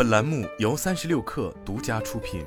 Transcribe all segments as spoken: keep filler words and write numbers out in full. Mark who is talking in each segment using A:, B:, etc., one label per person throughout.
A: 本栏目由三十六氪独家出品。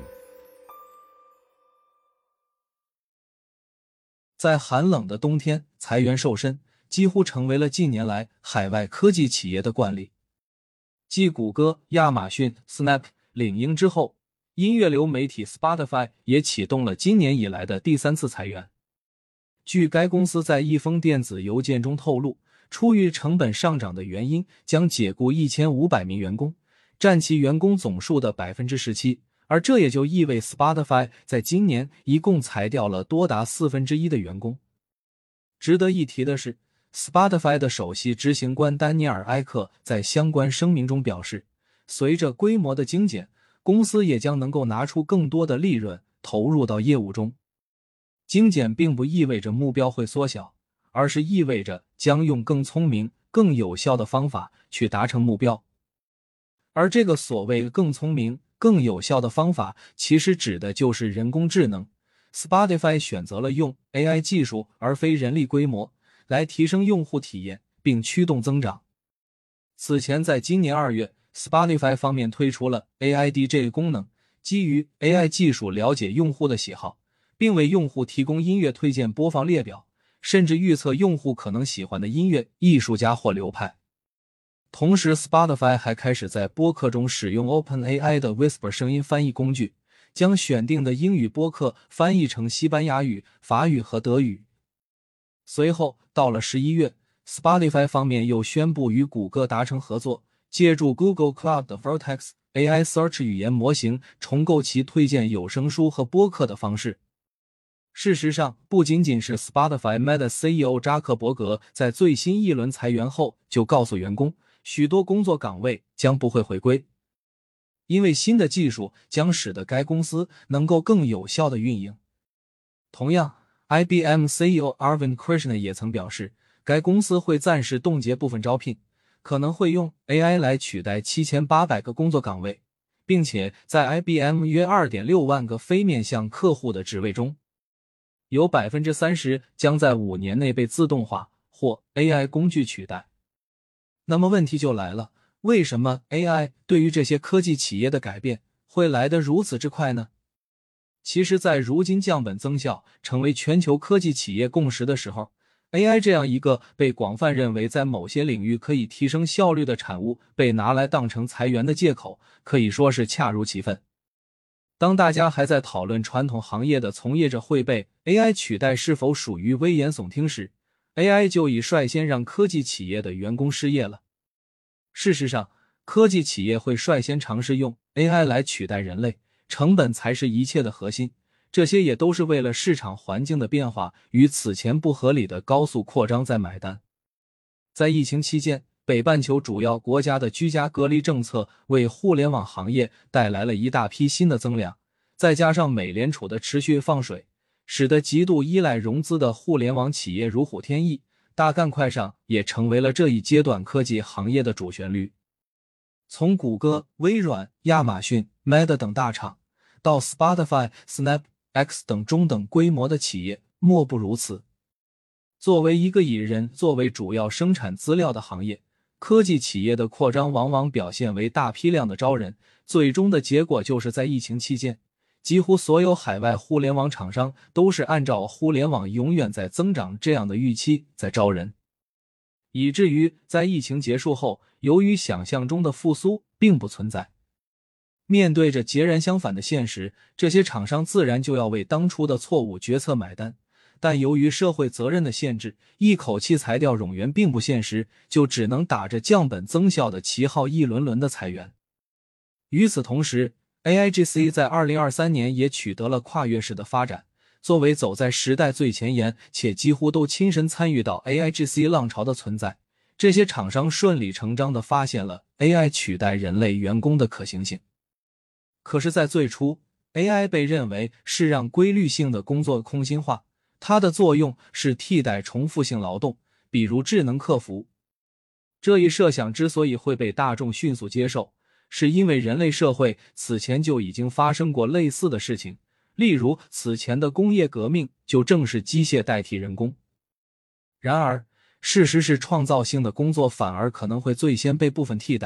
B: 在寒冷的冬天，裁员瘦身几乎成为了近年来海外科技企业的惯例。继谷歌、亚马逊、Snap、领英之后，音乐流媒体 Spotify 也启动了今年以来的第三次裁员。据该公司在一封电子邮件中透露，出于成本上涨的原因，将解雇一千五百名员工，占其员工总数的 百分之十七， 而这也就意味 Spotify 在今年一共裁掉了多达四分之一的员工。值得一提的是， Spotify 的首席执行官丹尼尔·埃克在相关声明中表示，随着规模的精简，公司也将能够拿出更多的利润投入到业务中。精简并不意味着目标会缩小，而是意味着将用更聪明、更有效的方法去达成目标。而这个所谓更聪明、更有效的方法，其实指的就是人工智能。Spotify 选择了用 A I 技术而非人力规模来提升用户体验并驱动增长。此前在今年二月， Spotify 方面推出了 A I D J 功能，基于 A I 技术了解用户的喜好，并为用户提供音乐推荐播放列表，甚至预测用户可能喜欢的音乐艺术家或流派。同时 Spotify 还开始在播客中使用 OpenAI 的 Whisper 声音翻译工具，将选定的英语播客翻译成西班牙语、法语和德语。随后到了十一月， Spotify 方面又宣布与谷歌达成合作，借助 Google Cloud 的 Vertex A I Search 语言模型重构其推荐有声书和播客的方式。事实上，不仅仅是 Spotify Meta C E O 扎克伯格在最新一轮裁员后就告诉员工，许多工作岗位将不会回归，因为新的技术将使得该公司能够更有效地运营。同样， I B M C E O Arvind Krishna 也曾表示，该公司会暂时冻结部分招聘，可能会用 A I 来取代七千八百个工作岗位，并且在 I B M 约 二点六万个非面向客户的职位中，有 百分之三十 将在五年内被自动化或 A I 工具取代。那么问题就来了，为什么 A I 对于这些科技企业的改变会来得如此之快呢？其实在如今降本增效成为全球科技企业共识的时候， A I 这样一个被广泛认为在某些领域可以提升效率的产物被拿来当成裁员的借口，可以说是恰如其分。当大家还在讨论传统行业的从业者会被 A I 取代是否属于危言耸听时， A I 就已率先让科技企业的员工失业了。事实上，科技企业会率先尝试用 A I 来取代人类，成本才是一切的核心，这些也都是为了市场环境的变化与此前不合理的高速扩张在买单。在疫情期间，北半球主要国家的居家隔离政策为互联网行业带来了一大批新的增量，再加上美联储的持续放水，使得极度依赖融资的互联网企业如虎添翼，大干快上也成为了这一阶段科技行业的主旋律。从谷歌、微软、亚马逊、Meta 等大厂，到 Spotify、Snap、X 等中等规模的企业，莫不如此。作为一个以人作为主要生产资料的行业，科技企业的扩张往往表现为大批量的招人，最终的结果就是在疫情期间，几乎所有海外互联网厂商都是按照互联网永远在增长这样的预期在招人，以至于在疫情结束后，由于想象中的复苏并不存在。面对着截然相反的现实，这些厂商自然就要为当初的错误决策买单，但由于社会责任的限制，一口气裁掉冗员并不现实，就只能打着降本增效的旗号一轮轮的裁员。与此同时， A I G C 在二零二三年也取得了跨越式的发展，作为走在时代最前沿且几乎都亲身参与到 A I G C 浪潮的存在，这些厂商顺理成章地发现了 A I 取代人类员工的可行性。可是在最初， A I 被认为是让规律性的工作空心化，它的作用是替代重复性劳动，比如智能客服。这一设想之所以会被大众迅速接受，是因为人类社会此前就已经发生过类似的事情，例如此前的工业革命就正是机械代替人工。然而，事实是创造性的工作反而可能会最先被部分替代，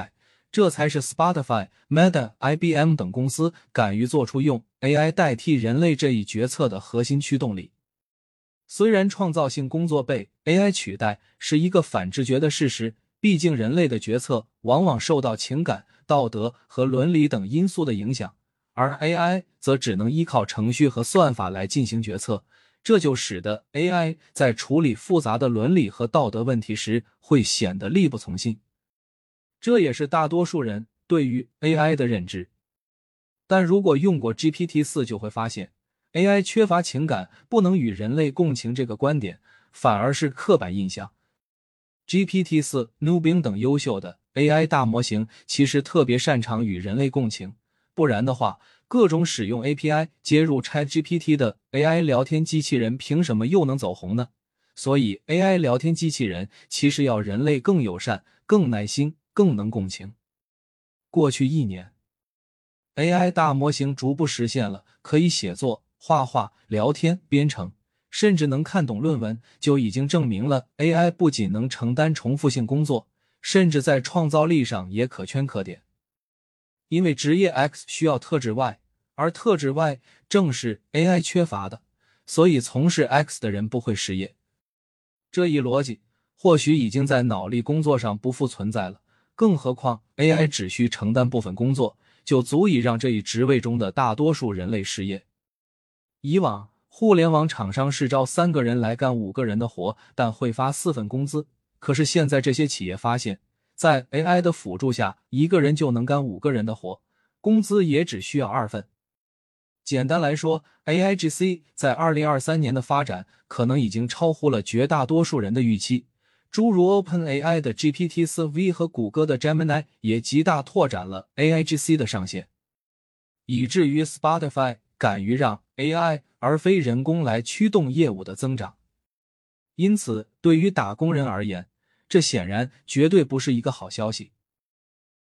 B: 这才是 Spotify、Meta、I B M 等公司敢于做出用 A I 代替人类这一决策的核心驱动力。虽然创造性工作被 A I 取代是一个反直觉的事实，毕竟人类的决策往往受到情感、道德和伦理等因素的影响，而 A I 则只能依靠程序和算法来进行决策，这就使得 A I 在处理复杂的伦理和道德问题时会显得力不从心。这也是大多数人对于 A I 的认知。但如果用过 G P T 四 就会发现 A I 缺乏情感，不能与人类共情这个观点反而是刻板印象。G P T 四、New Bing 等优秀的 A I 大模型其实特别擅长与人类共情，不然的话，各种使用 A P I 接入 ChatGPT 的 A I 聊天机器人凭什么又能走红呢？所以 A I 聊天机器人其实要人类更友善、更耐心、更能共情。过去一年 A I 大模型逐步实现了可以写作、画画、聊天、编程，甚至能看懂论文，就已经证明了 A I 不仅能承担重复性工作，甚至在创造力上也可圈可点。因为职业 X 需要特质 Y， 而特质 Y 正是 A I 缺乏的，所以从事 X 的人不会失业。这一逻辑或许已经在脑力工作上不复存在了，更何况 A I 只需承担部分工作，就足以让这一职位中的大多数人类失业。以往互联网厂商是招三个人来干五个人的活，但会发四份工资。可是现在这些企业发现，在 A I 的辅助下，一个人就能干五个人的活，工资也只需要二份。简单来说 ，A I G C 在二零二三年的发展可能已经超乎了绝大多数人的预期。诸如 OpenAI 的 G P T 四 V 和谷歌的 Gemini 也极大拓展了 A I G C 的上限，以至于 Spotify 敢于让 A I 而非人工来驱动业务的增长。因此，对于打工人而言，这显然绝对不是一个好消息。